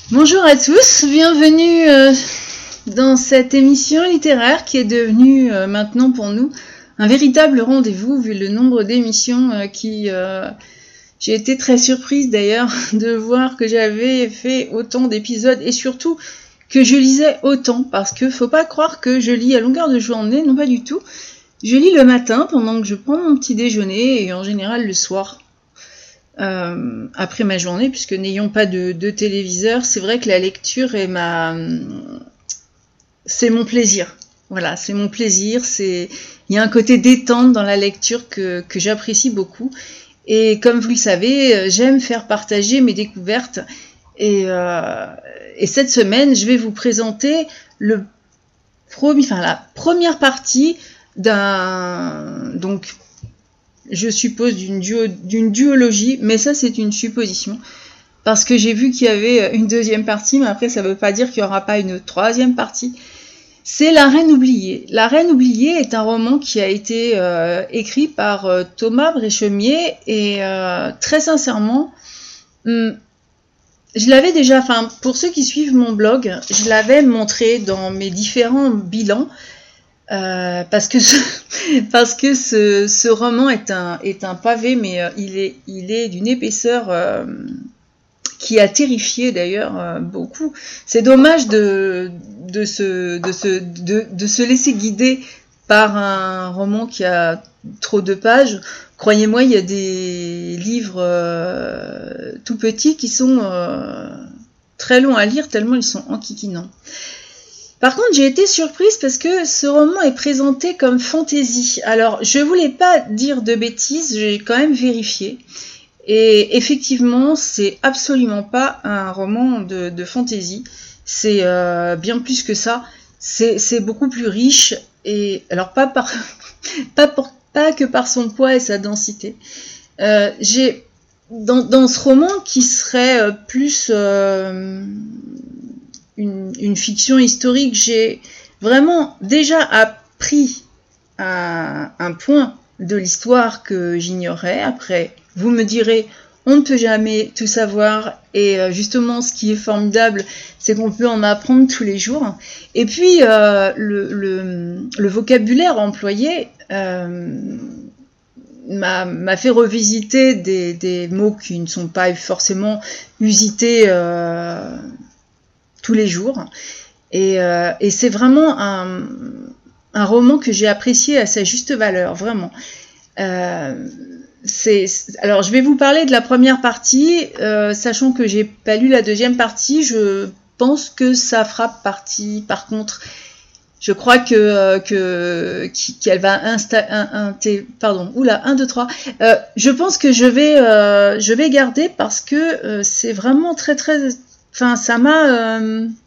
Bonjour à tous, bienvenue dans cette émission littéraire qui est devenue maintenant pour nous un véritable rendez-vous vu le nombre d'émissions J'ai été très surprise d'ailleurs de voir que j'avais fait autant d'épisodes et surtout que je lisais autant parce que faut pas croire que je lis à longueur de journée, non pas du tout. Je lis le matin pendant que je prends mon petit déjeuner et en général le soir. Après ma journée, puisque n'ayant pas de téléviseur, c'est vrai que la lecture est c'est mon plaisir. Voilà, c'est mon plaisir. Il y a un côté détente dans la lecture que j'apprécie beaucoup. Et comme vous le savez, j'aime faire partager mes découvertes. Et cette semaine, je vais vous présenter la première partie donc je suppose d'une duologie, mais ça c'est une supposition, parce que j'ai vu qu'il y avait une deuxième partie, mais après ça ne veut pas dire qu'il n'y aura pas une troisième partie. C'est La Reine oubliée. La Reine oubliée est un roman qui a été écrit par Thomas Bréchemier, et très sincèrement, je l'avais déjà, pour ceux qui suivent mon blog, je l'avais montré dans mes différents bilans, parce que ce roman est un pavé, mais il est d'une épaisseur qui a terrifié d'ailleurs beaucoup. C'est dommage de se laisser guider par un roman qui a trop de pages. Croyez-moi, il y a des livres tout petits qui sont très longs à lire tellement ils sont enquiquinants. Par contre, j'ai été surprise parce que ce roman est présenté comme fantasy. Alors, je voulais pas dire de bêtises, j'ai quand même vérifié. Et effectivement, c'est absolument pas un roman de fantasy. C'est bien plus que ça. C'est beaucoup plus riche. Et alors, pas que par son poids et sa densité. J'ai dans ce roman qui serait plus une fiction historique, j'ai vraiment déjà appris un point de l'histoire que j'ignorais. Après, vous me direz, on ne peut jamais tout savoir, et justement, ce qui est formidable, c'est qu'on peut en apprendre tous les jours. Et puis, le vocabulaire employé m'a fait revisiter des mots qui ne sont pas forcément usités tous les jours, et c'est vraiment un roman que j'ai apprécié à sa juste valeur, vraiment. Alors je vais vous parler de la première partie, sachant que j'ai pas lu la deuxième partie. Je pense que ça fera partie, par contre, je crois qu'elle va pardon, oula, 1, 2, 3. Je pense que je vais garder parce que c'est vraiment très très. Enfin, ça m'a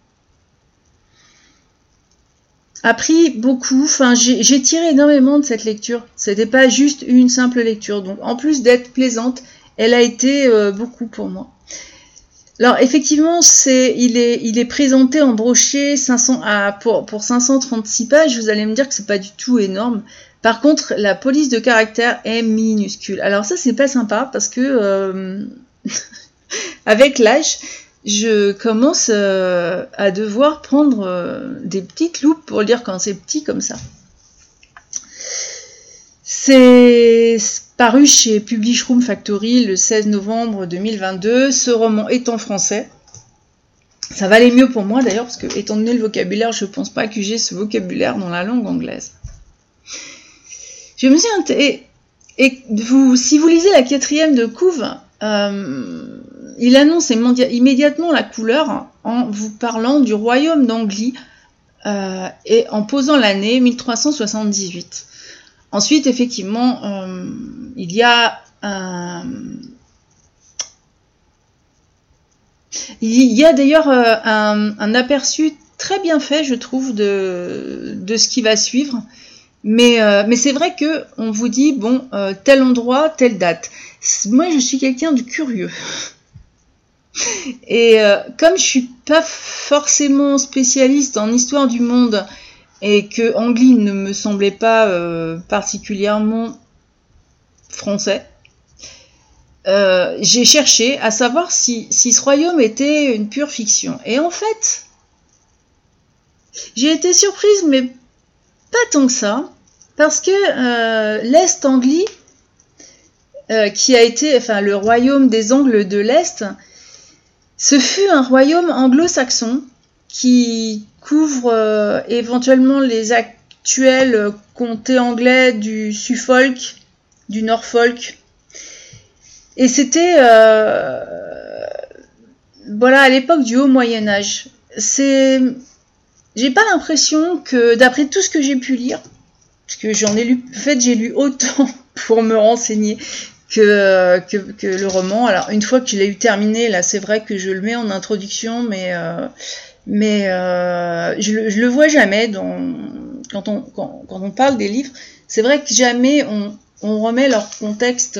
appris beaucoup. Enfin, j'ai tiré énormément de cette lecture. C'était pas juste une simple lecture. Donc, en plus d'être plaisante, elle a été beaucoup pour moi. Alors, effectivement, il est présenté en brochet pour 536 pages. Vous allez me dire que c'est pas du tout énorme. Par contre, la police de caractère est minuscule. Alors ça, c'est pas sympa parce que avec l'âge, je commence à devoir prendre des petites loupes pour lire quand c'est petit comme ça. C'est paru chez Publishroom Factory le 16 novembre 2022. Ce roman est en français. Ça valait mieux pour moi d'ailleurs, parce que étant donné le vocabulaire, je pense pas que j'ai ce vocabulaire dans la langue anglaise. Je me suis si vous lisez la 4e de couve, il annonce immédiatement la couleur en vous parlant du royaume d'Anglie et en posant l'année 1378. Ensuite, effectivement, il y a d'ailleurs un aperçu très bien fait, je trouve, de ce qui va suivre. Mais c'est vrai que on vous dit, bon, tel endroit, telle date. Moi, je suis quelqu'un de curieux. Et comme je suis pas forcément spécialiste en histoire du monde et que Anglie ne me semblait pas particulièrement français, j'ai cherché à savoir si ce royaume était une pure fiction. Et en fait, j'ai été surprise, mais pas tant que ça, parce que l'Est Anglie, qui a été, enfin le royaume des Angles de l'Est, ce fut un royaume anglo-saxon qui couvre éventuellement les actuels comtés anglais du Suffolk, du Norfolk. Et c'était voilà, à l'époque du Haut Moyen-Âge. J'ai pas l'impression que, d'après tout ce que j'ai pu lire, parce que j'en ai lu, en fait j'ai lu autant pour me renseigner que le roman. Alors une fois que je l'ai eu terminé, là c'est vrai que je le mets en introduction, mais je le vois jamais quand on parle des livres. C'est vrai que jamais on remet leur contexte.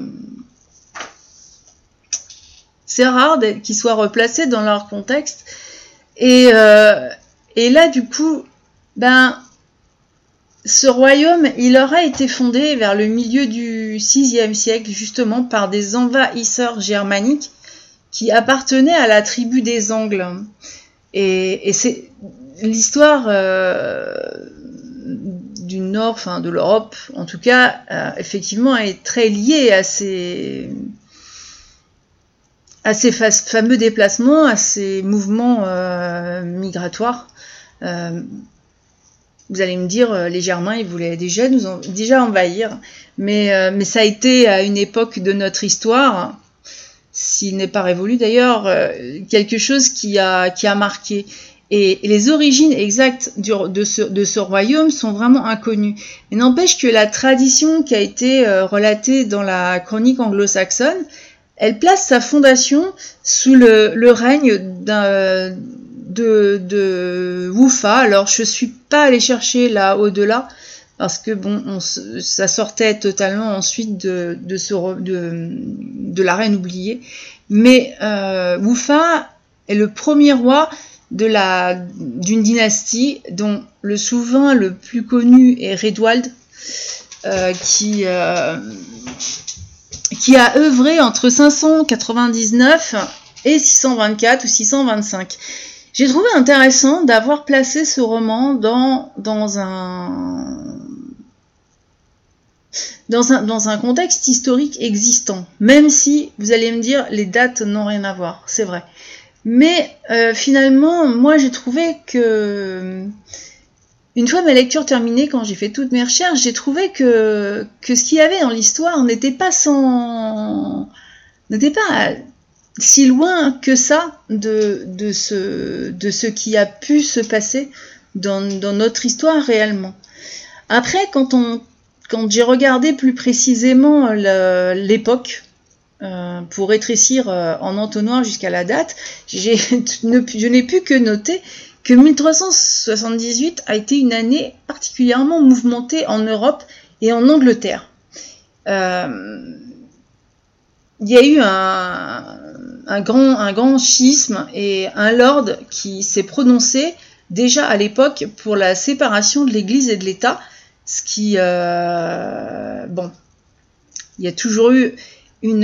C'est rare qu'ils soient replacés dans leur contexte. Et là, du coup, ce royaume, il aurait été fondé vers le milieu du VIe siècle, justement, par des envahisseurs germaniques qui appartenaient à la tribu des Angles. Et c'est l'histoire du nord, enfin de l'Europe, en tout cas, effectivement, est très liée à ces fameux déplacements, à ces mouvements migratoires. Vous allez me dire, les Germains, ils voulaient déjà envahir, mais ça a été à une époque de notre histoire, s'il n'est pas révolu d'ailleurs, quelque chose qui a marqué. Et les origines exactes de ce royaume sont vraiment inconnues. Mais n'empêche que la tradition qui a été relatée dans la chronique anglo-saxonne, elle place sa fondation sous le règne de Wuffa. Alors je suis pas allée chercher là au-delà parce que bon, ça sortait totalement ensuite de la reine oubliée. Mais Wuffa est le premier roi d'une dynastie dont le souverain le plus connu est Redwald, qui a œuvré entre 599 et 624 ou 625. J'ai trouvé intéressant d'avoir placé ce roman dans un contexte historique existant, même si vous allez me dire les dates n'ont rien à voir, c'est vrai. Mais finalement, moi j'ai trouvé que une fois ma lecture terminée, quand j'ai fait toutes mes recherches, j'ai trouvé que ce qu'il y avait dans l'histoire n'était pas si loin que ça de ce qui a pu se passer dans notre histoire réellement. Après, quand j'ai regardé plus précisément l'époque, pour rétrécir en entonnoir jusqu'à la date, je n'ai pu que noter que 1378 a été une année particulièrement mouvementée en Europe et en Angleterre. Il y a eu un grand schisme et un lord qui s'est prononcé déjà à l'époque pour la séparation de l'Église et de l'État, ce qui, il y a toujours eu une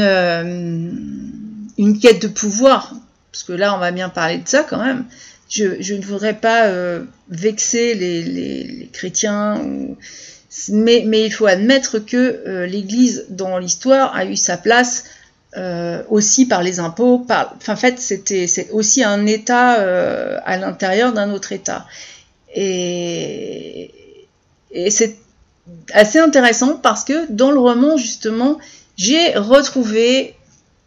quête de pouvoir, parce que là on va bien parler de ça quand même. Je ne voudrais pas vexer les chrétiens, mais il faut admettre que l'Église dans l'histoire a eu sa place aussi par les impôts. En fait, c'est aussi un État à l'intérieur d'un autre État. Et c'est assez intéressant parce que dans le roman, justement, j'ai retrouvé,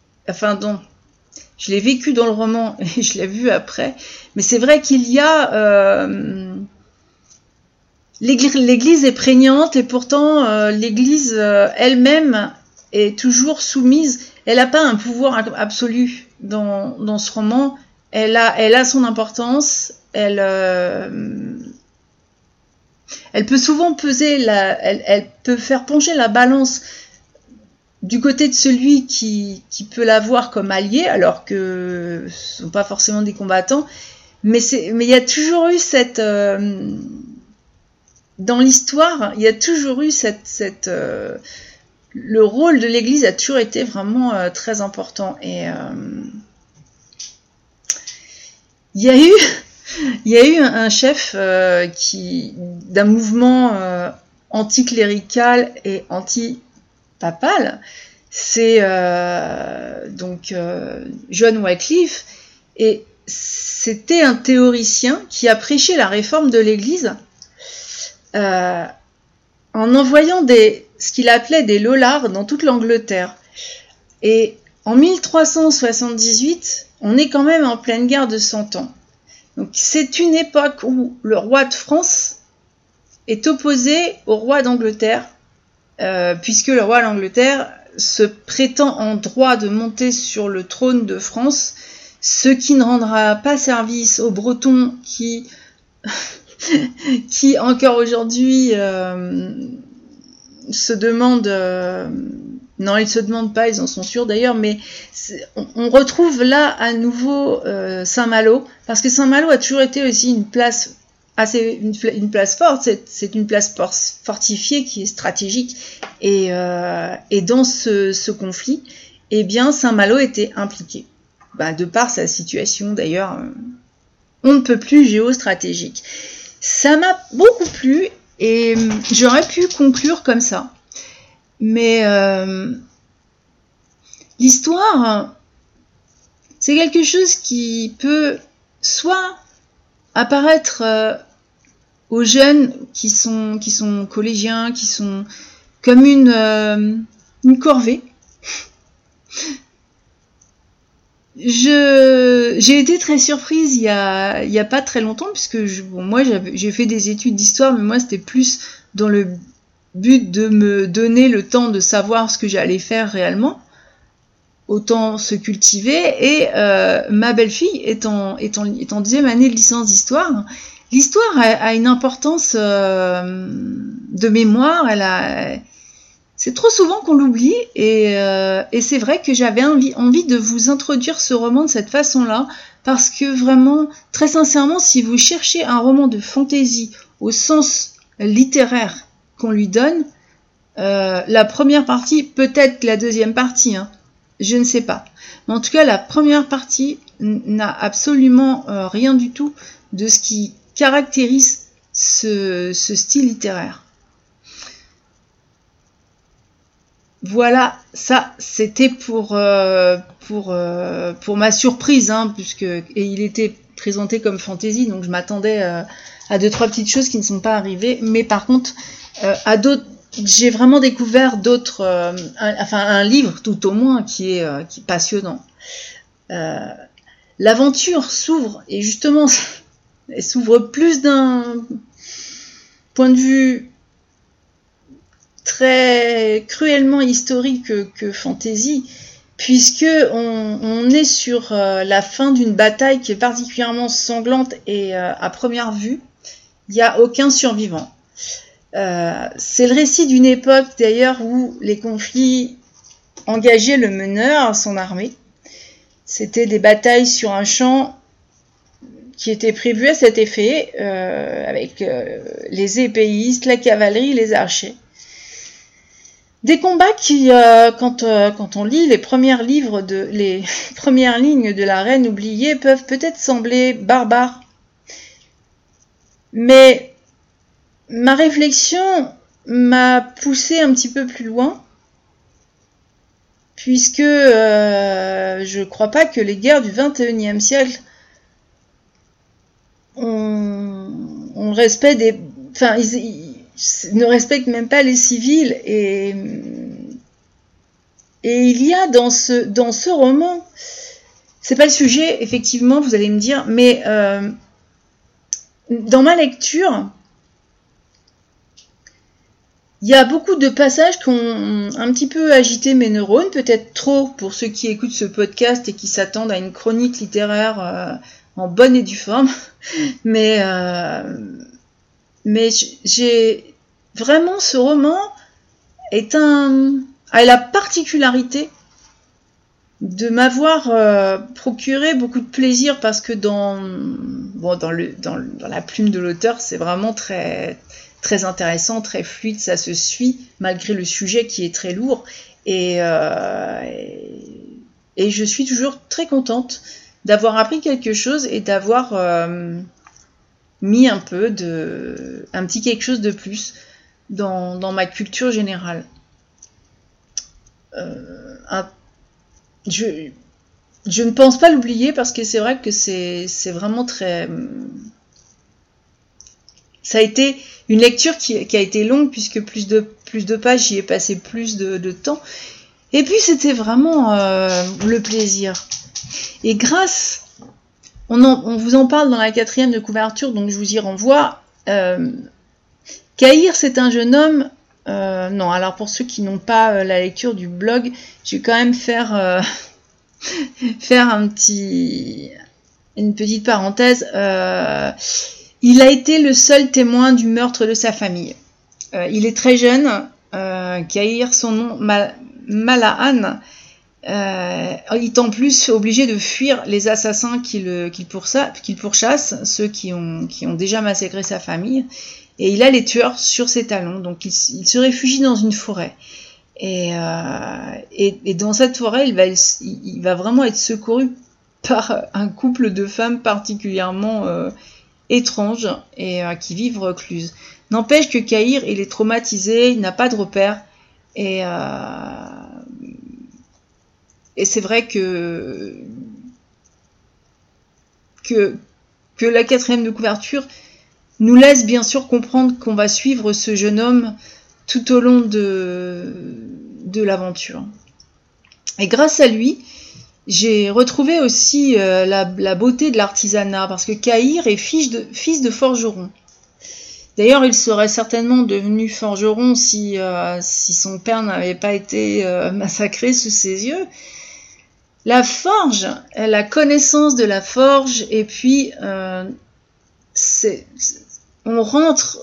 je l'ai vécu dans le roman et je l'ai vu après, mais c'est vrai qu'il y a l'Église est prégnante et pourtant l'Église elle-même est toujours soumise. Elle n'a pas un pouvoir absolu dans ce roman. Elle a son importance. Elle peut souvent peser elle peut faire pencher la balance du côté de celui qui peut la voir comme allié, alors que ce ne sont pas forcément des combattants. Mais il y a toujours eu cette dans l'histoire, il y a toujours eu cette le rôle de l'Église a toujours été vraiment très important. Et il y a eu un chef d'un mouvement anticlérical et anti-papal, c'est John Wycliffe, et c'était un théoricien qui a prêché la réforme de l'Église en envoyant ce qu'il appelait des lollards dans toute l'Angleterre. Et en 1378, on est quand même en pleine guerre de 100 ans. Donc c'est une époque où le roi de France est opposé au roi d'Angleterre, puisque le roi d'Angleterre se prétend en droit de monter sur le trône de France, ce qui ne rendra pas service aux Bretons qui encore aujourd'hui se demandent, non, ils se demandent pas, ils en sont sûrs d'ailleurs, mais on retrouve là à nouveau Saint-Malo, parce que Saint-Malo a toujours été aussi une place forte, c'est une place fortifiée qui est stratégique, et dans ce conflit, eh bien Saint-Malo était impliqué, de par sa situation d'ailleurs, on ne peut plus géostratégique. Ça m'a beaucoup plu, et j'aurais pu conclure comme ça, mais l'histoire, c'est quelque chose qui peut soit apparaître aux jeunes qui sont collégiens, qui sont comme une corvée. J'ai été très surprise il y a pas très longtemps, puisque moi j'ai fait des études d'histoire, mais moi c'était plus dans le but de me donner le temps de savoir ce que j'allais faire réellement, autant se cultiver, et ma belle-fille est en 10e année de licence d'histoire. L'histoire a une importance de mémoire, c'est trop souvent qu'on l'oublie, et c'est vrai que j'avais envie de vous introduire ce roman de cette façon-là, parce que vraiment, très sincèrement, si vous cherchez un roman de fantaisie au sens littéraire qu'on lui donne, la première partie, peut-être la deuxième partie, je ne sais pas. Mais en tout cas, la première partie n'a absolument rien du tout de ce qui caractérise ce style littéraire. Voilà, ça c'était pour ma surprise, et il était présenté comme fantasy, donc je m'attendais à 2-3 petites choses qui ne sont pas arrivées, mais par contre à d'autres, j'ai vraiment découvert d'autres, un livre tout au moins qui est passionnant. L'aventure s'ouvre, et justement elle s'ouvre plus d'un point de vue très cruellement historique que fantasy, puisque on est sur la fin d'une bataille qui est particulièrement sanglante, et à première vue, il n'y a aucun survivant. C'est le récit d'une époque d'ailleurs où les conflits engageaient le meneur, son armée. C'était des batailles sur un champ qui étaient prévues à cet effet, avec les épéistes, la cavalerie, les archers. Des combats qui, quand on lit les premières lignes de La Reine oubliée, peuvent peut-être sembler barbares. Mais ma réflexion m'a poussée un petit peu plus loin, puisque je ne crois pas que les guerres du XXIe siècle on respecte ils ne respectent même pas les civils, et il y a dans ce roman, c'est pas le sujet effectivement, vous allez me dire, mais dans ma lecture, il y a beaucoup de passages qui ont un petit peu agité mes neurones, peut-être trop pour ceux qui écoutent ce podcast et qui s'attendent à une chronique littéraire en bonne et due forme, mais j'ai vraiment, ce roman a la particularité de m'avoir procuré beaucoup de plaisir, parce que dans la plume de l'auteur, c'est vraiment très très intéressant, très fluide, ça se suit, malgré le sujet qui est très lourd. Et je suis toujours très contente d'avoir appris quelque chose et d'avoir mis un petit quelque chose de plus dans ma culture générale. Je ne pense pas l'oublier parce que c'est vrai que c'est vraiment très... Ça a été une lecture qui a été longue puisque plus de pages, j'y ai passé plus de temps. Et puis c'était vraiment le plaisir. Et grâce... On vous en parle dans la 4e de couverture, donc je vous y renvoie. Kahir, c'est un jeune homme... non, alors pour ceux qui n'ont pas la lecture du blog, je vais quand même faire une petite parenthèse. Il a été le seul témoin du meurtre de sa famille. Il est très jeune. Kahir, son nom, Malahan, il est en plus obligé de fuir les assassins qu'il pourchasse, ceux qui ont déjà massacré sa famille. Et il a les tueurs sur ses talons, donc il se réfugie dans une forêt. Et dans cette forêt, il va vraiment être secouru par un couple de femmes particulièrement étranges et qui vivent recluses. N'empêche que Kahir, il est traumatisé, il n'a pas de repères. Et c'est vrai que la 4e de couverture nous laisse bien sûr comprendre qu'on va suivre ce jeune homme tout au long de l'aventure. Et grâce à lui, j'ai retrouvé aussi la beauté de l'artisanat, parce que Kahir est fils de forgeron. D'ailleurs, il serait certainement devenu forgeron si son père n'avait pas été massacré sous ses yeux. La forge, la connaissance de la forge, et puis on rentre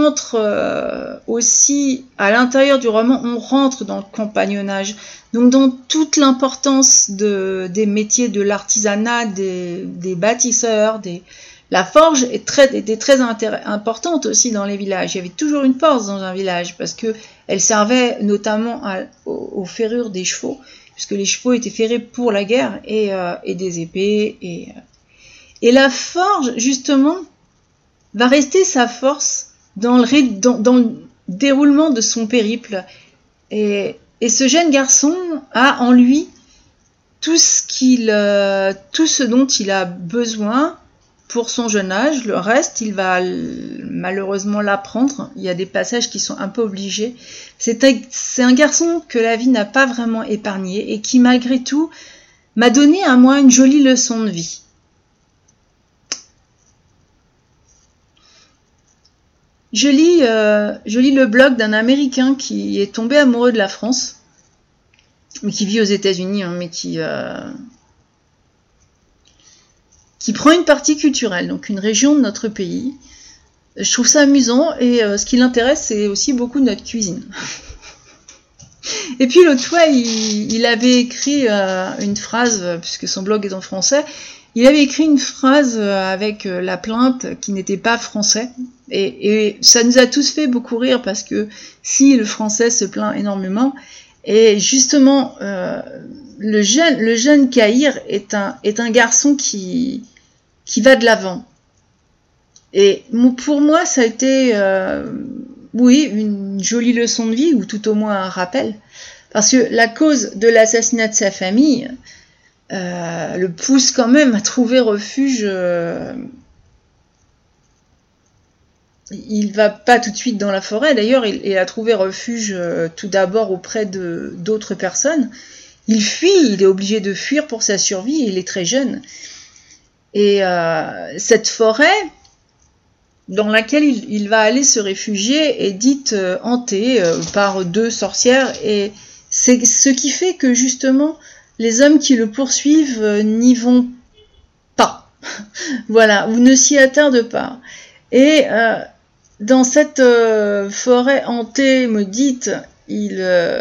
aussi à l'intérieur du roman, on rentre dans le compagnonnage, donc dans toute l'importance des métiers de l'artisanat, des bâtisseurs, la forge était très importante aussi dans les villages. Il y avait toujours une forge dans un village parce que elle servait notamment aux ferrures des chevaux, puisque les chevaux étaient ferrés pour la guerre, et des épées. Et la forge, justement, va rester sa force dans le déroulement de son périple. Et ce jeune garçon a en lui tout ce dont il a besoin pour son jeune âge. Le reste, il va malheureusement l'apprendre. Il y a des passages qui sont un peu obligés. C'est un garçon que la vie n'a pas vraiment épargné et qui, malgré tout, m'a donné à moi une jolie leçon de vie. Je lis le blog d'un Américain qui est tombé amoureux de la France, mais qui vit aux États-Unis, mais qui prend une partie culturelle, donc une région de notre pays. Je trouve ça amusant, et ce qui l'intéresse, c'est aussi beaucoup notre cuisine. Et puis l'autre fois, il avait écrit une phrase, puisque son blog est en français, il avait écrit une phrase avec la plainte qui n'était pas français, et ça nous a tous fait beaucoup rire, parce que si le français se plaint énormément, et justement, le jeune Kahir est un garçon qui va de l'avant. Et pour moi, ça a été, oui, une jolie leçon de vie, ou tout au moins un rappel, parce que la cause de l'assassinat de sa famille le pousse quand même à trouver refuge. Il va pas tout de suite dans la forêt, d'ailleurs, il a trouvé refuge tout d'abord auprès d'autres personnes. Il fuit, il est obligé de fuir pour sa survie, il est très jeune. Et cette forêt dans laquelle il va aller se réfugier est dite hantée par 2 sorcières, et c'est ce qui fait que justement les hommes qui le poursuivent n'y vont pas, voilà, ou ne s'y attardent pas. Et dans cette forêt hantée maudite, il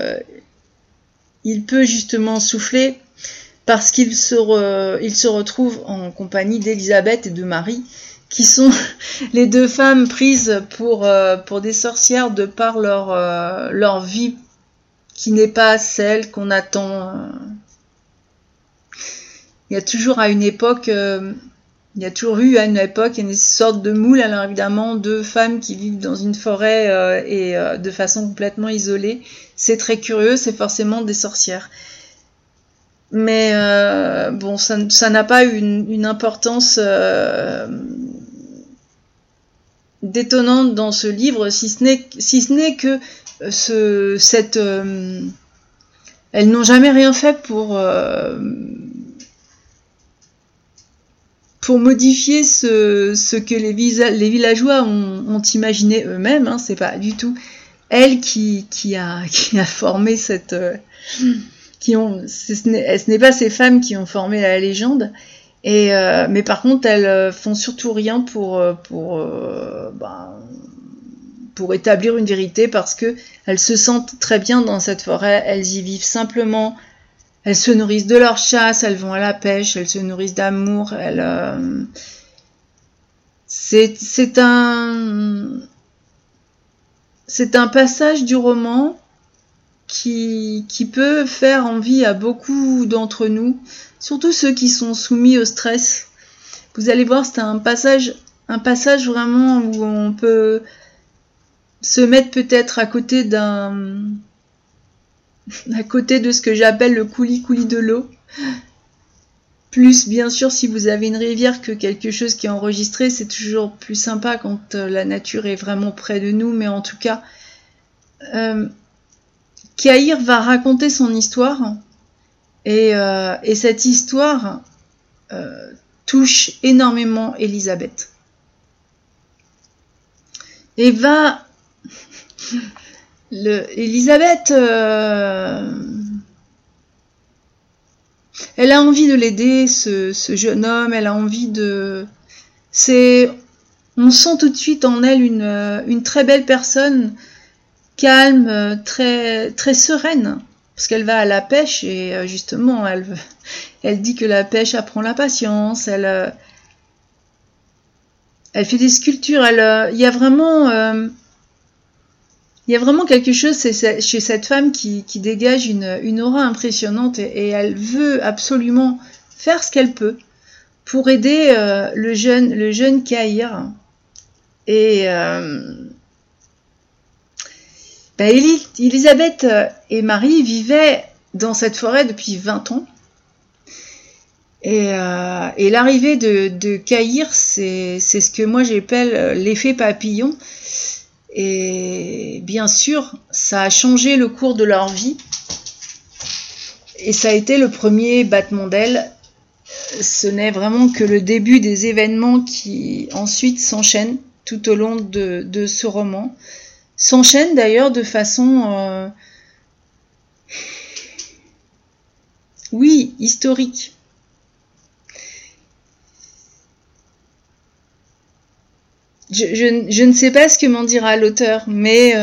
peut justement souffler, parce qu'il se retrouve en compagnie d'Élisabeth et de Marie, qui sont les deux femmes prises pour des sorcières de par leur vie qui n'est pas celle qu'on attend. Il y a toujours à une époque, il y a toujours eu à une époque une sorte de moule, alors évidemment, deux femmes qui vivent dans une forêt et de façon complètement isolée. C'est très curieux, c'est forcément des sorcières. Mais bon, ça n'a pas une importance détonnante dans ce livre, si ce n'est que elles n'ont jamais rien fait pour modifier ce que les villageois ont imaginé eux-mêmes. Hein, c'est pas du tout elle qui a formé cette ce n'est pas ces femmes qui ont formé la légende. Mais par contre, elles font surtout rien pour établir une vérité, parce que elles se sentent très bien dans cette forêt. Elles y vivent simplement. Elles se nourrissent de leur chasse. Elles vont à la pêche. Elles se nourrissent d'amour. C'est un passage du roman qui peut faire envie à beaucoup d'entre nous, surtout ceux qui sont soumis au stress. Vous allez voir, c'est un passage vraiment où on peut se mettre peut-être à côté de ce que j'appelle le coulis-coulis de l'eau. Plus, bien sûr, si vous avez une rivière que quelque chose qui est enregistré, c'est toujours plus sympa quand la nature est vraiment près de nous, mais en tout cas, Kahir va raconter son histoire, et cette histoire touche énormément Elisabeth. Et Elisabeth, elle a envie de l'aider, ce jeune homme. Elle a envie on sent tout de suite en elle une très belle personne, calme, très très sereine, parce qu'elle va à la pêche, et justement elle dit que la pêche apprend la patience. Elle fait des sculptures. Il y a vraiment quelque chose chez cette femme qui dégage une aura impressionnante, et elle veut absolument faire ce qu'elle peut pour aider le jeune Kahir. Et Elisabeth et Marie vivaient dans cette forêt depuis 20 ans. Et l'arrivée de Kahir, c'est ce que moi j'appelle l'effet papillon. Et bien sûr, ça a changé le cours de leur vie. Et ça a été le premier battement d'aile. Ce n'est vraiment que le début des événements qui ensuite s'enchaînent tout au long de ce roman. S'enchaînent d'ailleurs de façon, historique. Je ne sais pas ce que m'en dira l'auteur, mais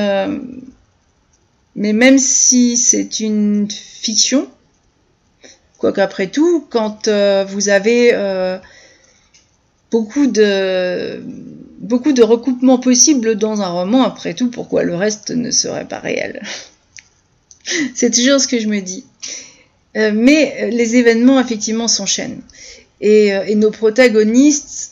même si c'est une fiction, quoique après tout, quand vous avez beaucoup de recoupements possibles dans un roman, après tout, pourquoi le reste ne serait pas réel? C'est toujours ce que je me dis. Mais les événements, effectivement, s'enchaînent. Et nos protagonistes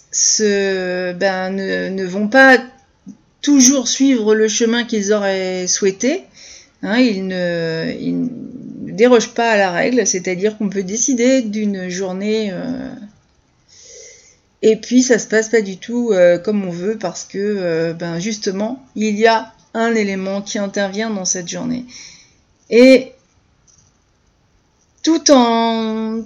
ne vont pas toujours suivre le chemin qu'ils auraient souhaité. Hein, ils ne dérogent pas à la règle, c'est-à-dire qu'on peut décider d'une journée et puis ça se passe pas du tout comme on veut, parce que justement il y a un élément qui intervient dans cette journée. Et tout en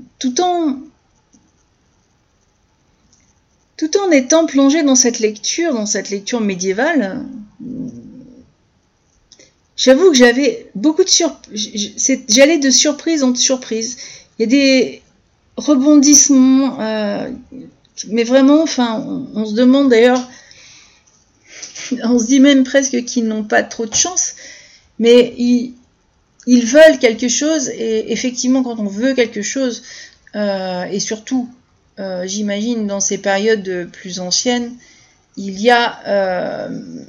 étant plongé dans cette lecture médiévale, j'avoue que j'avais beaucoup de j'allais de surprise en surprise. Il y a des rebondissements, mais vraiment, on se demande d'ailleurs, on se dit même presque qu'ils n'ont pas trop de chance, mais ils veulent quelque chose, et effectivement, quand on veut quelque chose, et surtout j'imagine dans ces périodes plus anciennes, il y a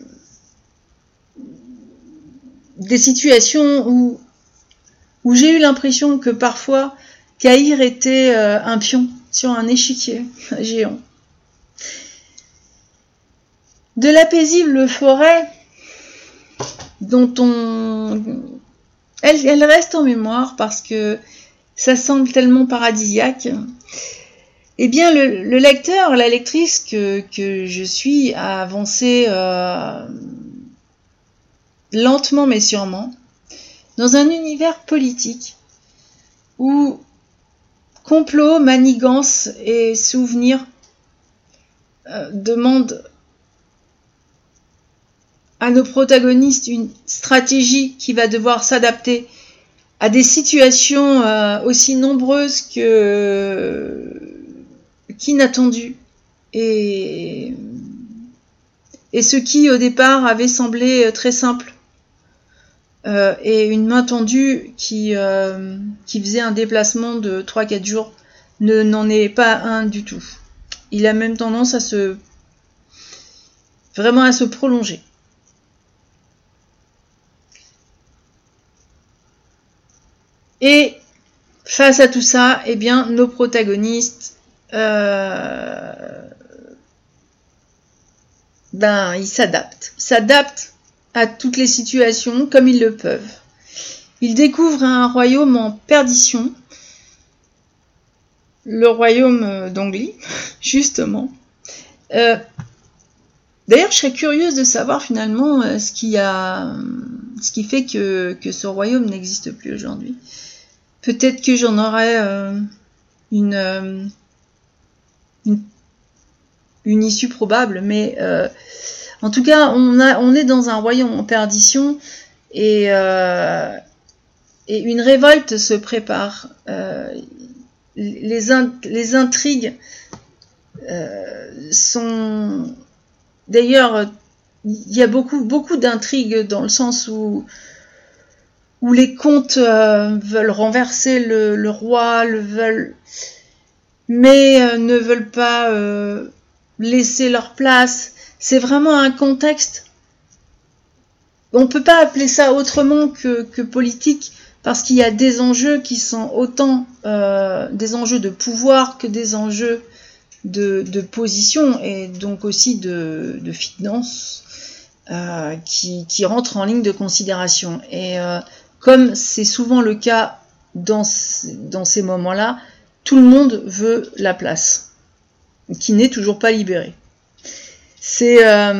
des situations où j'ai eu l'impression que parfois Caïr était un pion sur un échiquier géant. De la paisible forêt dont elle reste en mémoire parce que ça semble tellement paradisiaque. Eh bien, le lecteur, la lectrice que je suis a avancé lentement mais sûrement dans un univers politique où complot, manigance et souvenirs demandent à nos protagonistes une stratégie qui va devoir s'adapter à des situations aussi nombreuses qu'inattendues. Et ce qui au départ avait semblé très simple. Et une main tendue qui faisait un déplacement de 3-4 jours n'en est pas un du tout. Il a même tendance à se prolonger. Et face à tout ça, eh bien, nos protagonistes, ils s'adaptent à toutes les situations comme ils le peuvent. Ils découvrent un royaume en perdition, le royaume d'Anglie, justement. D'ailleurs, je serais curieuse de savoir finalement ce qui fait que ce royaume n'existe plus aujourd'hui. Peut-être que j'en aurais une issue probable, mais en tout cas, on est dans un royaume en perdition et une révolte se prépare. Les intrigues sont... D'ailleurs, il y a beaucoup d'intrigues dans le sens où les comtes veulent renverser le roi, mais ne veulent pas laisser leur place. C'est vraiment un contexte. On ne peut pas appeler ça autrement que politique, parce qu'il y a des enjeux qui sont autant des enjeux de pouvoir que des enjeux de position, et donc aussi de finance qui rentrent en ligne de considération. Et comme c'est souvent le cas dans ces moments-là, tout le monde veut la place, qui n'est toujours pas libérée. C'est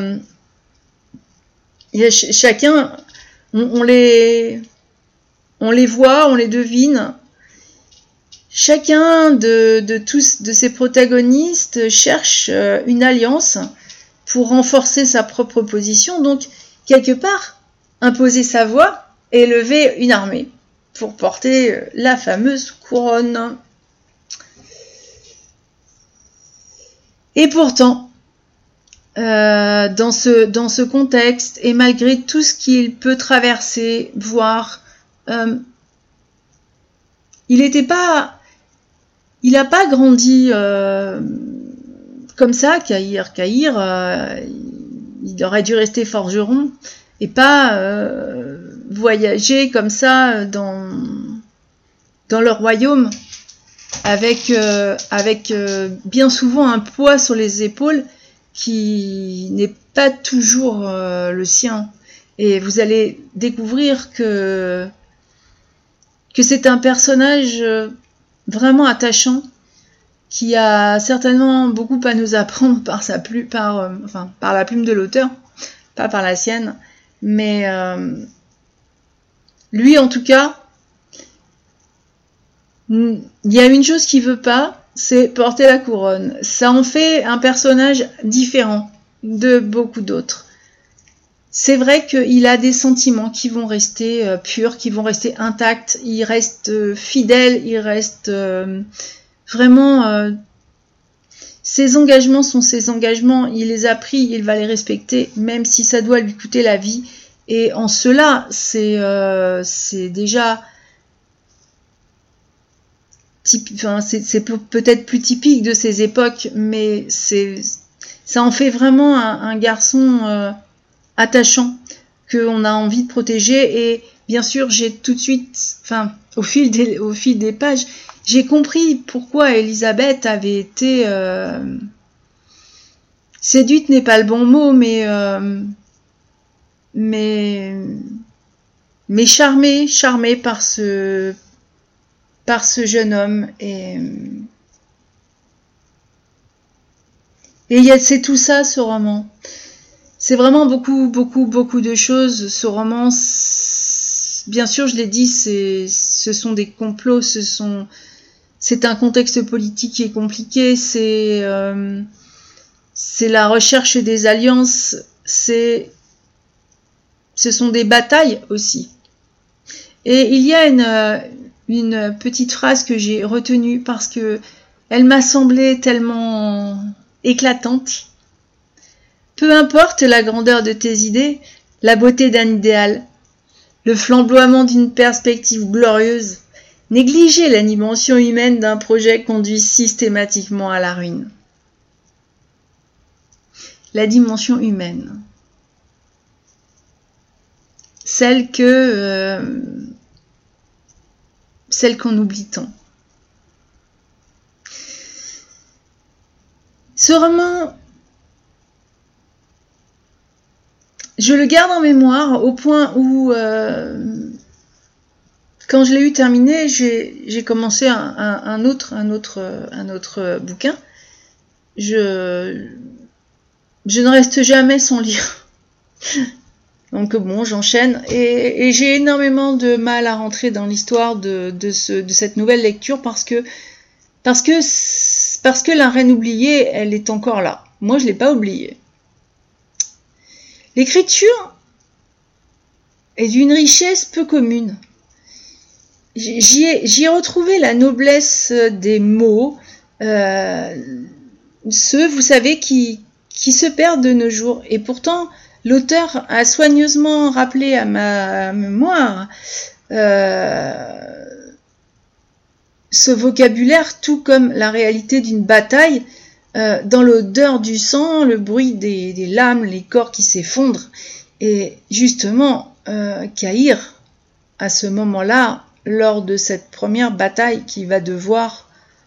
chacun, on les voit, on les devine. Chacun de ces protagonistes cherche une alliance pour renforcer sa propre position, donc quelque part imposer sa voix et lever une armée pour porter la fameuse couronne. Et pourtant, dans ce contexte, et malgré tout ce qu'il peut traverser, voir, il n'a pas grandi comme ça, Caïr. Il aurait dû rester forgeron et pas voyager comme ça dans leur royaume avec bien souvent un poids sur les épaules qui n'est pas toujours le sien. Et vous allez découvrir que c'est un personnage vraiment attachant qui a certainement beaucoup à nous apprendre par la plume de l'auteur, pas par la sienne, mais lui en tout cas, il y a une chose qu'il veut pas, c'est porter la couronne. Ça en fait un personnage différent de beaucoup d'autres. C'est vrai qu'il a des sentiments qui vont rester purs, qui vont rester intacts, il reste fidèle, il reste vraiment... ses engagements sont ses engagements, il les a pris, il va les respecter, même si ça doit lui coûter la vie. Et en cela, c'est déjà c'est peut-être plus typique de ces époques, mais ça en fait vraiment un garçon attachant qu'on a envie de protéger. Et bien sûr, j'ai tout de suite, au fil des pages, j'ai compris pourquoi Elisabeth avait été séduite n'est pas le bon mot, mais charmée par ce jeune homme. Et c'est tout ça, ce roman. C'est vraiment beaucoup de choses. Ce roman, bien sûr, je l'ai dit, ce sont des complots, c'est un contexte politique qui est compliqué, c'est la recherche des alliances, ce sont des batailles aussi. Et il y a une petite phrase que j'ai retenue parce que elle m'a semblé tellement éclatante. Peu importe la grandeur de tes idées, la beauté d'un idéal, le flamboiement d'une perspective glorieuse, négliger la dimension humaine d'un projet conduit systématiquement à la ruine. La dimension humaine. Celle qu'on oublie tant. Ce roman, je le garde en mémoire au point où, quand je l'ai eu terminé, j'ai commencé un autre bouquin. Je ne reste jamais sans lire. Donc bon, j'enchaîne et j'ai énormément de mal à rentrer dans l'histoire de cette nouvelle lecture parce que la reine oubliée, elle est encore là. Moi, je l'ai pas oubliée. L'écriture est d'une richesse peu commune. J'y ai retrouvé la noblesse des mots, ceux, vous savez, qui se perdent de nos jours. Et pourtant, l'auteur a soigneusement rappelé à ma mémoire ce vocabulaire, tout comme la réalité d'une bataille, dans l'odeur du sang, le bruit des lames, les corps qui s'effondrent. Et justement, Kahir, à ce moment-là, lors de cette première bataille qu'il va devoir,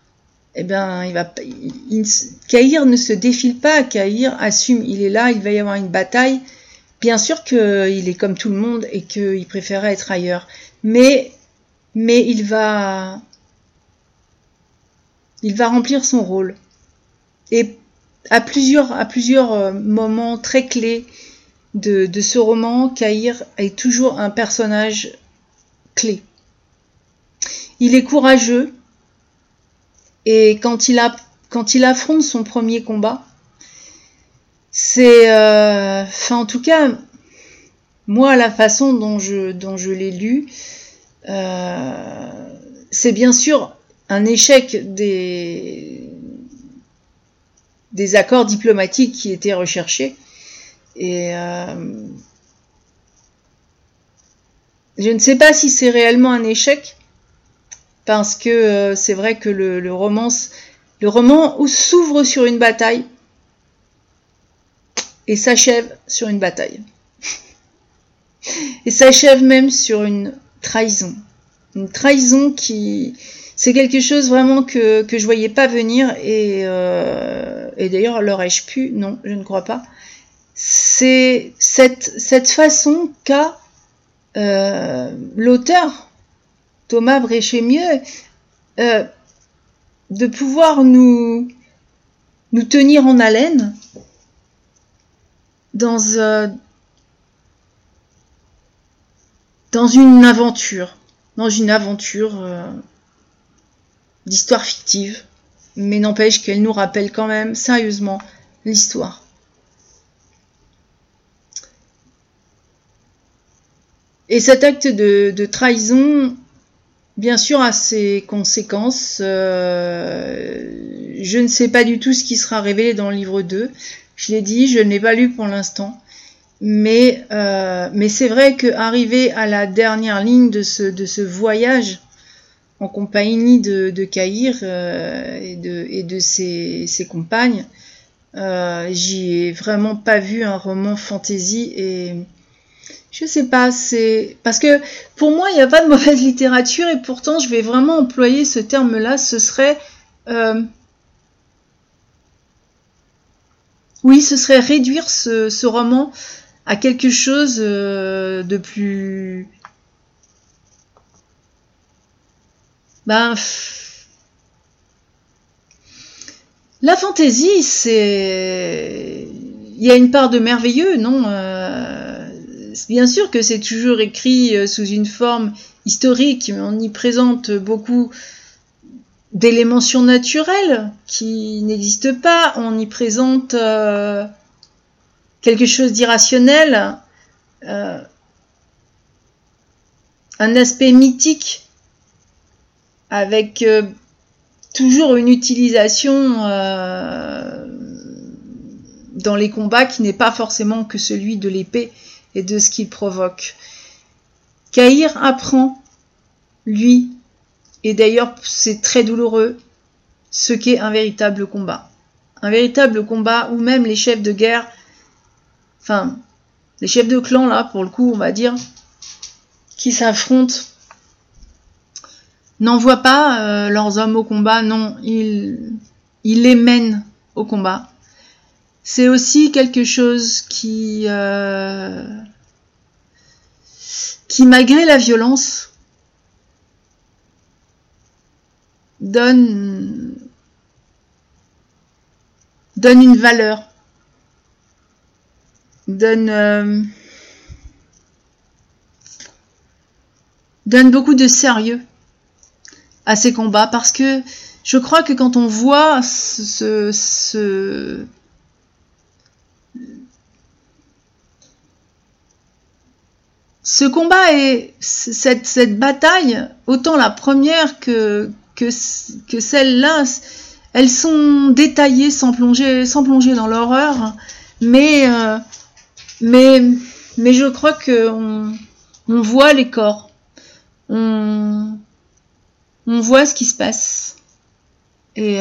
Kahir ne se défile pas, Kahir assume, il est là, il va y avoir une bataille. Bien sûr qu'il est comme tout le monde et qu'il préférait être ailleurs, mais il va remplir son rôle. Et à plusieurs moments très clés de ce roman, Kahir est toujours un personnage clé. Il est courageux et quand il affronte son premier combat, c'est, en tout cas, moi, la façon dont je l'ai lu, c'est bien sûr un échec des accords diplomatiques qui étaient recherchés. Et je ne sais pas si c'est réellement un échec, parce que c'est vrai que le roman s'ouvre sur une bataille et s'achève sur une bataille. Et s'achève même sur une trahison. Une trahison qui... C'est quelque chose vraiment que je voyais pas venir et d'ailleurs, l'aurais-je pu? Non, je ne crois pas. C'est cette façon qu'a l'auteur, Thomas Bréchémieux, de pouvoir nous tenir en haleine dans une aventure d'histoire fictive, mais n'empêche qu'elle nous rappelle quand même sérieusement l'histoire. Et cet acte de trahison, bien sûr, a ses conséquences. Je ne sais pas du tout ce qui sera révélé dans le livre 2. Je l'ai dit, je ne l'ai pas lu pour l'instant. Mais c'est vrai qu'arrivé à la dernière ligne de ce voyage, en compagnie de Kahir et de ses compagnes. J'y ai vraiment pas vu un roman fantasy et je sais pas, c'est parce que pour moi il n'y a pas de mauvaise littérature et pourtant je vais vraiment employer ce terme-là. Ce serait oui, ce serait réduire ce roman à quelque chose de plus ben la fantaisie, c'est il y a une part de merveilleux, non bien sûr que c'est toujours écrit sous une forme historique, mais on y présente beaucoup d'éléments surnaturels qui n'existent pas. On y présente quelque chose d'irrationnel, un aspect mythique avec toujours une utilisation dans les combats qui n'est pas forcément que celui de l'épée et de ce qu'il provoque. Kahir apprend, lui, et d'ailleurs c'est très douloureux, ce qu'est un véritable combat. Un véritable combat où même les chefs de guerre, enfin les chefs de clan là pour le coup on va dire, qui s'affrontent, n'envoient pas leurs hommes au combat, non, ils les mènent au combat. C'est aussi quelque chose qui malgré la violence, donne une valeur, donne beaucoup de sérieux à ces combats, parce que je crois que quand on voit ce combat et cette bataille, autant la première que celle-là, elles sont détaillées sans plonger dans l'horreur, mais je crois que on voit les corps, on voit ce qui se passe et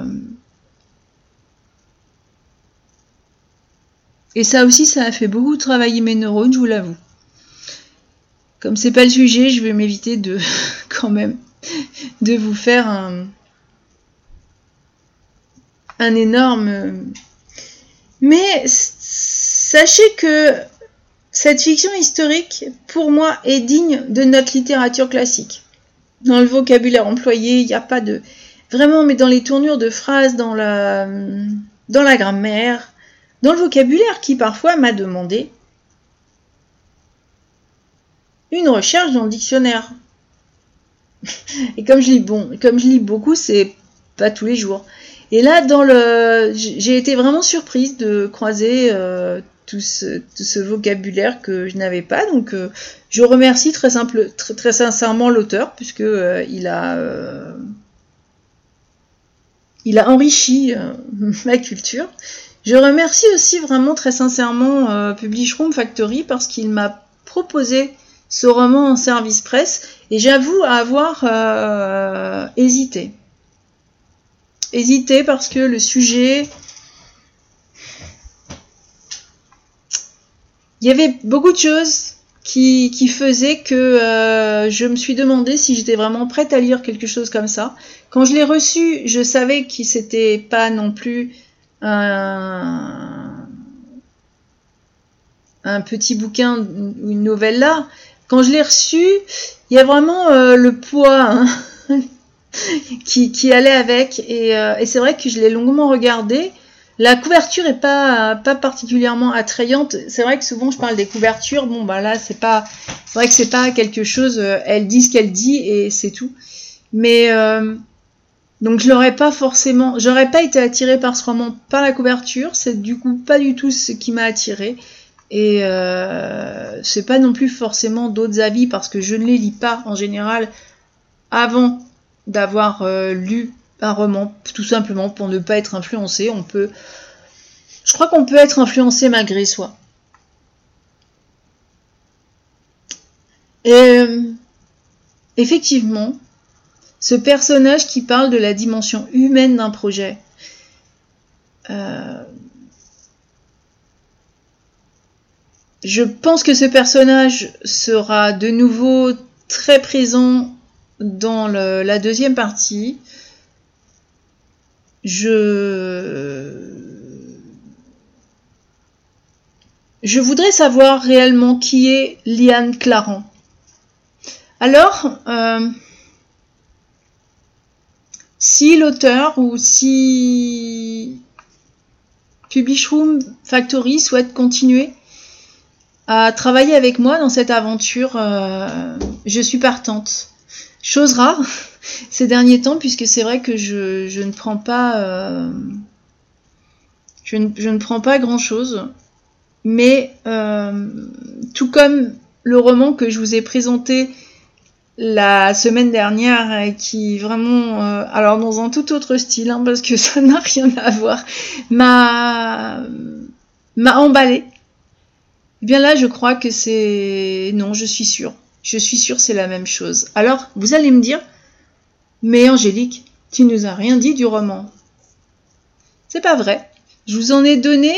ça aussi, ça a fait beaucoup travailler mes neurones, je vous l'avoue. Comme c'est pas le sujet, je vais m'éviter de quand même de vous faire un énorme. Mais sachez que cette fiction historique, pour moi, est digne de notre littérature classique. Dans le vocabulaire employé, il n'y a pas de vraiment, mais dans les tournures de phrases, dans la grammaire, dans le vocabulaire qui parfois m'a demandé une recherche dans le dictionnaire. Et comme je lis beaucoup, c'est pas tous les jours. Et là, j'ai été vraiment surprise de croiser tout ce vocabulaire que je n'avais pas. Donc, je remercie très sincèrement l'auteur, puisque il a enrichi ma culture. Je remercie aussi vraiment très sincèrement Publish Room Factory parce qu'il m'a proposé ce roman en service presse et j'avoue avoir hésité. Hésité parce que le sujet... Il y avait beaucoup de choses qui faisaient que je me suis demandé si j'étais vraiment prête à lire quelque chose comme ça. Quand je l'ai reçu, je savais que c'était pas non plus un petit bouquin ou une novella. Quand je l'ai reçu, il y a vraiment le poids qui allait avec. Et c'est vrai que je l'ai longuement regardé. La couverture est pas particulièrement attrayante. C'est vrai que souvent je parle des couvertures. Bon bah là c'est vrai que c'est pas quelque chose. Elle dit ce qu'elle dit et c'est tout. Mais donc j'aurais pas été attirée par ce roman par la couverture. C'est du coup pas du tout ce qui m'a attirée. Et c'est pas non plus forcément d'autres avis parce que je ne les lis pas en général avant d'avoir lu un roman, tout simplement pour ne pas être influencé. Je crois qu'on peut être influencé malgré soi. Et effectivement, ce personnage qui parle de la dimension humaine d'un projet. Je pense que ce personnage sera de nouveau très présent dans la deuxième partie. Je voudrais savoir réellement qui est Liane Claren. Alors, si l'auteur ou si Publish Room Factory souhaite continuer à travailler avec moi dans cette aventure, je suis partante. Chose rare ces derniers temps, puisque c'est vrai que je ne prends pas je ne prends pas grand chose, mais tout comme le roman que je vous ai présenté la semaine dernière, qui vraiment, alors dans un tout autre style, hein, parce que ça n'a rien à voir, m'a emballé. Eh bien là, je crois que c'est... Non, je suis sûre. Je suis sûre c'est la même chose. Alors, vous allez me dire, mais Angélique, tu nous as rien dit du roman. C'est pas vrai. Je vous en ai donné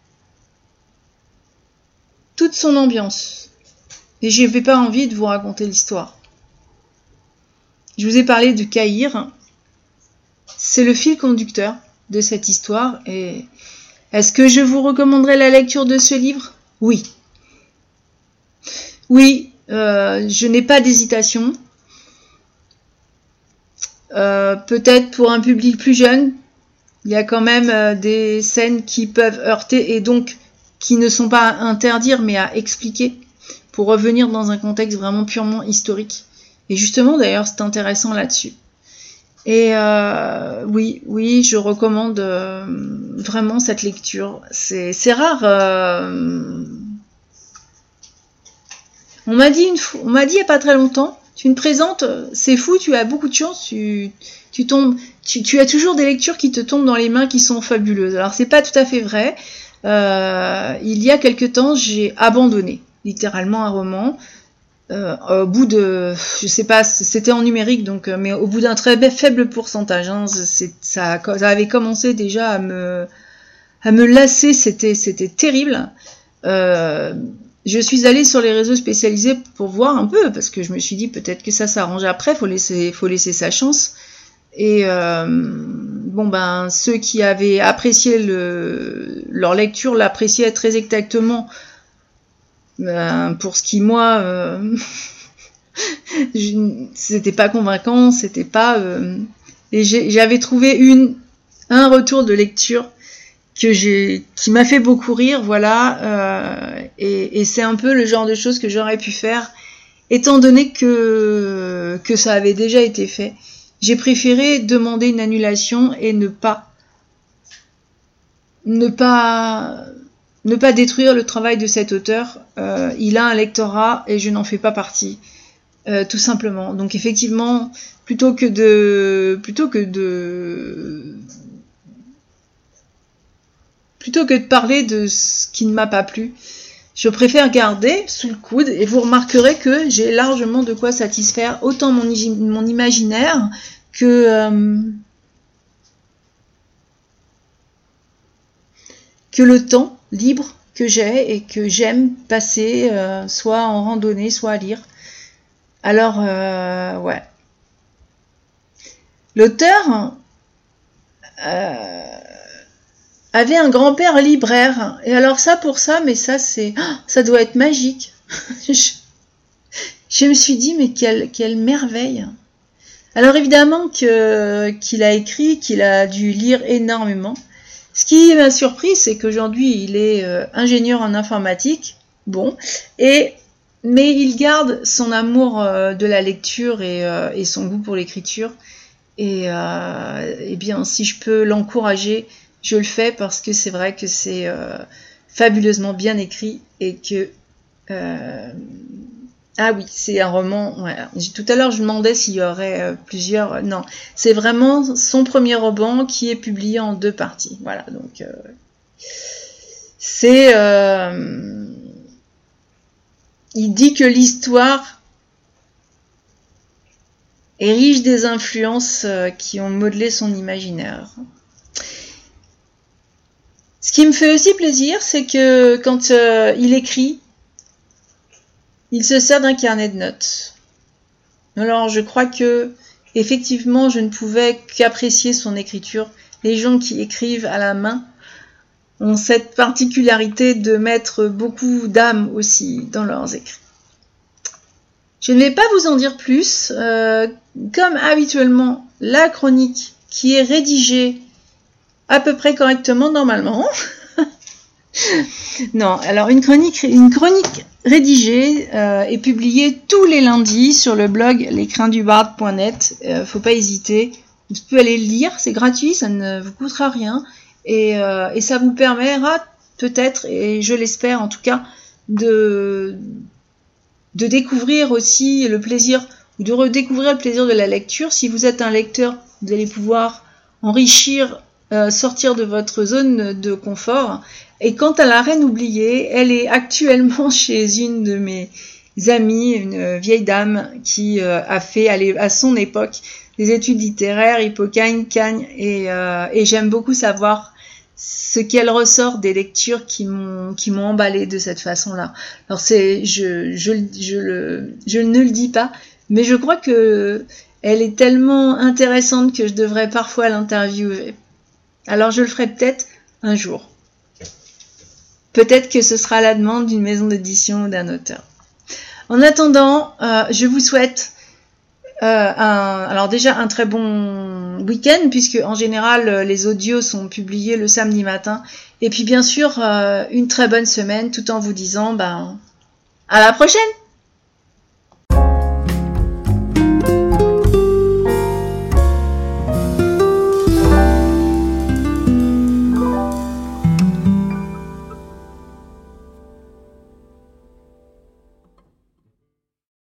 toute son ambiance. Et je n'avais pas envie de vous raconter l'histoire. Je vous ai parlé de Caïr. C'est le fil conducteur de cette histoire. Et est-ce que je vous recommanderais la lecture de ce livre ? Oui. Oui, je n'ai pas d'hésitation. Peut-être pour un public plus jeune, il y a quand même des scènes qui peuvent heurter et donc qui ne sont pas à interdire mais à expliquer pour revenir dans un contexte vraiment purement historique. Et justement, d'ailleurs, c'est intéressant là-dessus. Et oui, je recommande vraiment cette lecture. C'est rare. On m'a dit il n'y a pas très longtemps, tu me présentes, c'est fou, tu as beaucoup de chance, tu as toujours des lectures qui te tombent dans les mains qui sont fabuleuses. Alors c'est pas tout à fait vrai. Il y a quelque temps, j'ai abandonné littéralement un roman. Au bout de, je sais pas, c'était en numérique donc, mais au bout d'un très faible pourcentage. Hein, ça avait commencé déjà à me lasser, c'était terrible. Je suis allée sur les réseaux spécialisés pour voir un peu, parce que je me suis dit peut-être que ça s'arrange après, faut laisser sa chance. Et bon ben ceux qui avaient apprécié leur lecture l'appréciaient très exactement. Pour ce qui moi c'était pas convaincant, c'était pas et j'avais trouvé un retour de lecture qui m'a fait beaucoup rire, voilà, et c'est un peu le genre de choses que j'aurais pu faire étant donné que ça avait déjà été fait. J'ai préféré demander une annulation et ne pas détruire le travail de cet auteur. Il a un lectorat et je n'en fais pas partie, tout simplement. Donc effectivement, plutôt que de parler de ce qui ne m'a pas plu, je préfère garder sous le coude, et vous remarquerez que j'ai largement de quoi satisfaire autant mon imaginaire que le temps libre que j'ai et que j'aime passer, soit en randonnée, soit à lire. Alors, ouais. L'auteur avait un grand-père libraire. Et alors ça, mais ça doit être magique. Je me suis dit, mais quelle merveille. Alors évidemment qu'il a écrit, qu'il a dû lire énormément. Ce qui m'a surpris, c'est qu'aujourd'hui, il est ingénieur en informatique. Bon, mais il garde son amour de la lecture et son goût pour l'écriture. Et bien, si je peux l'encourager, je le fais parce que c'est vrai que c'est fabuleusement bien écrit et que ah oui, c'est un roman. Ouais. Tout à l'heure, je me demandais s'il y aurait plusieurs. Non, c'est vraiment son premier roman qui est publié en 2 parties. Voilà, donc c'est. Il dit que l'histoire est riche des influences qui ont modelé son imaginaire. Ce qui me fait aussi plaisir, c'est que quand il écrit, il se sert d'un carnet de notes. Alors je crois que effectivement je ne pouvais qu'apprécier son écriture. Les gens qui écrivent à la main ont cette particularité de mettre beaucoup d'âme aussi dans leurs écrits. Je ne vais pas vous en dire plus. Comme habituellement, la chronique qui est rédigée à peu près correctement normalement. Non, alors une chronique rédigée est publiée tous les lundis sur le blog lescrinsdubard.net. Faut pas hésiter. Vous pouvez aller le lire, c'est gratuit, ça ne vous coûtera rien. Et ça vous permettra peut-être, et je l'espère en tout cas, de découvrir aussi le plaisir, ou de redécouvrir le plaisir de la lecture. Si vous êtes un lecteur, vous allez pouvoir enrichir, sortir de votre zone de confort. Et quant à La Reine oubliée, elle est actuellement chez une de mes amies, une vieille dame qui a fait à son époque des études littéraires, Hippocagne, Cagne, et j'aime beaucoup savoir ce qu'elle ressort des lectures qui m'ont emballé de cette façon-là. Alors je ne le dis pas, mais je crois que elle est tellement intéressante que je devrais parfois l'interviewer. Alors je le ferai peut-être un jour. Peut-être que ce sera à la demande d'une maison d'édition ou d'un auteur. En attendant, je vous souhaite alors déjà un très bon week-end, puisque en général les audios sont publiés le samedi matin, et puis bien sûr une très bonne semaine, tout en vous disant à la prochaine.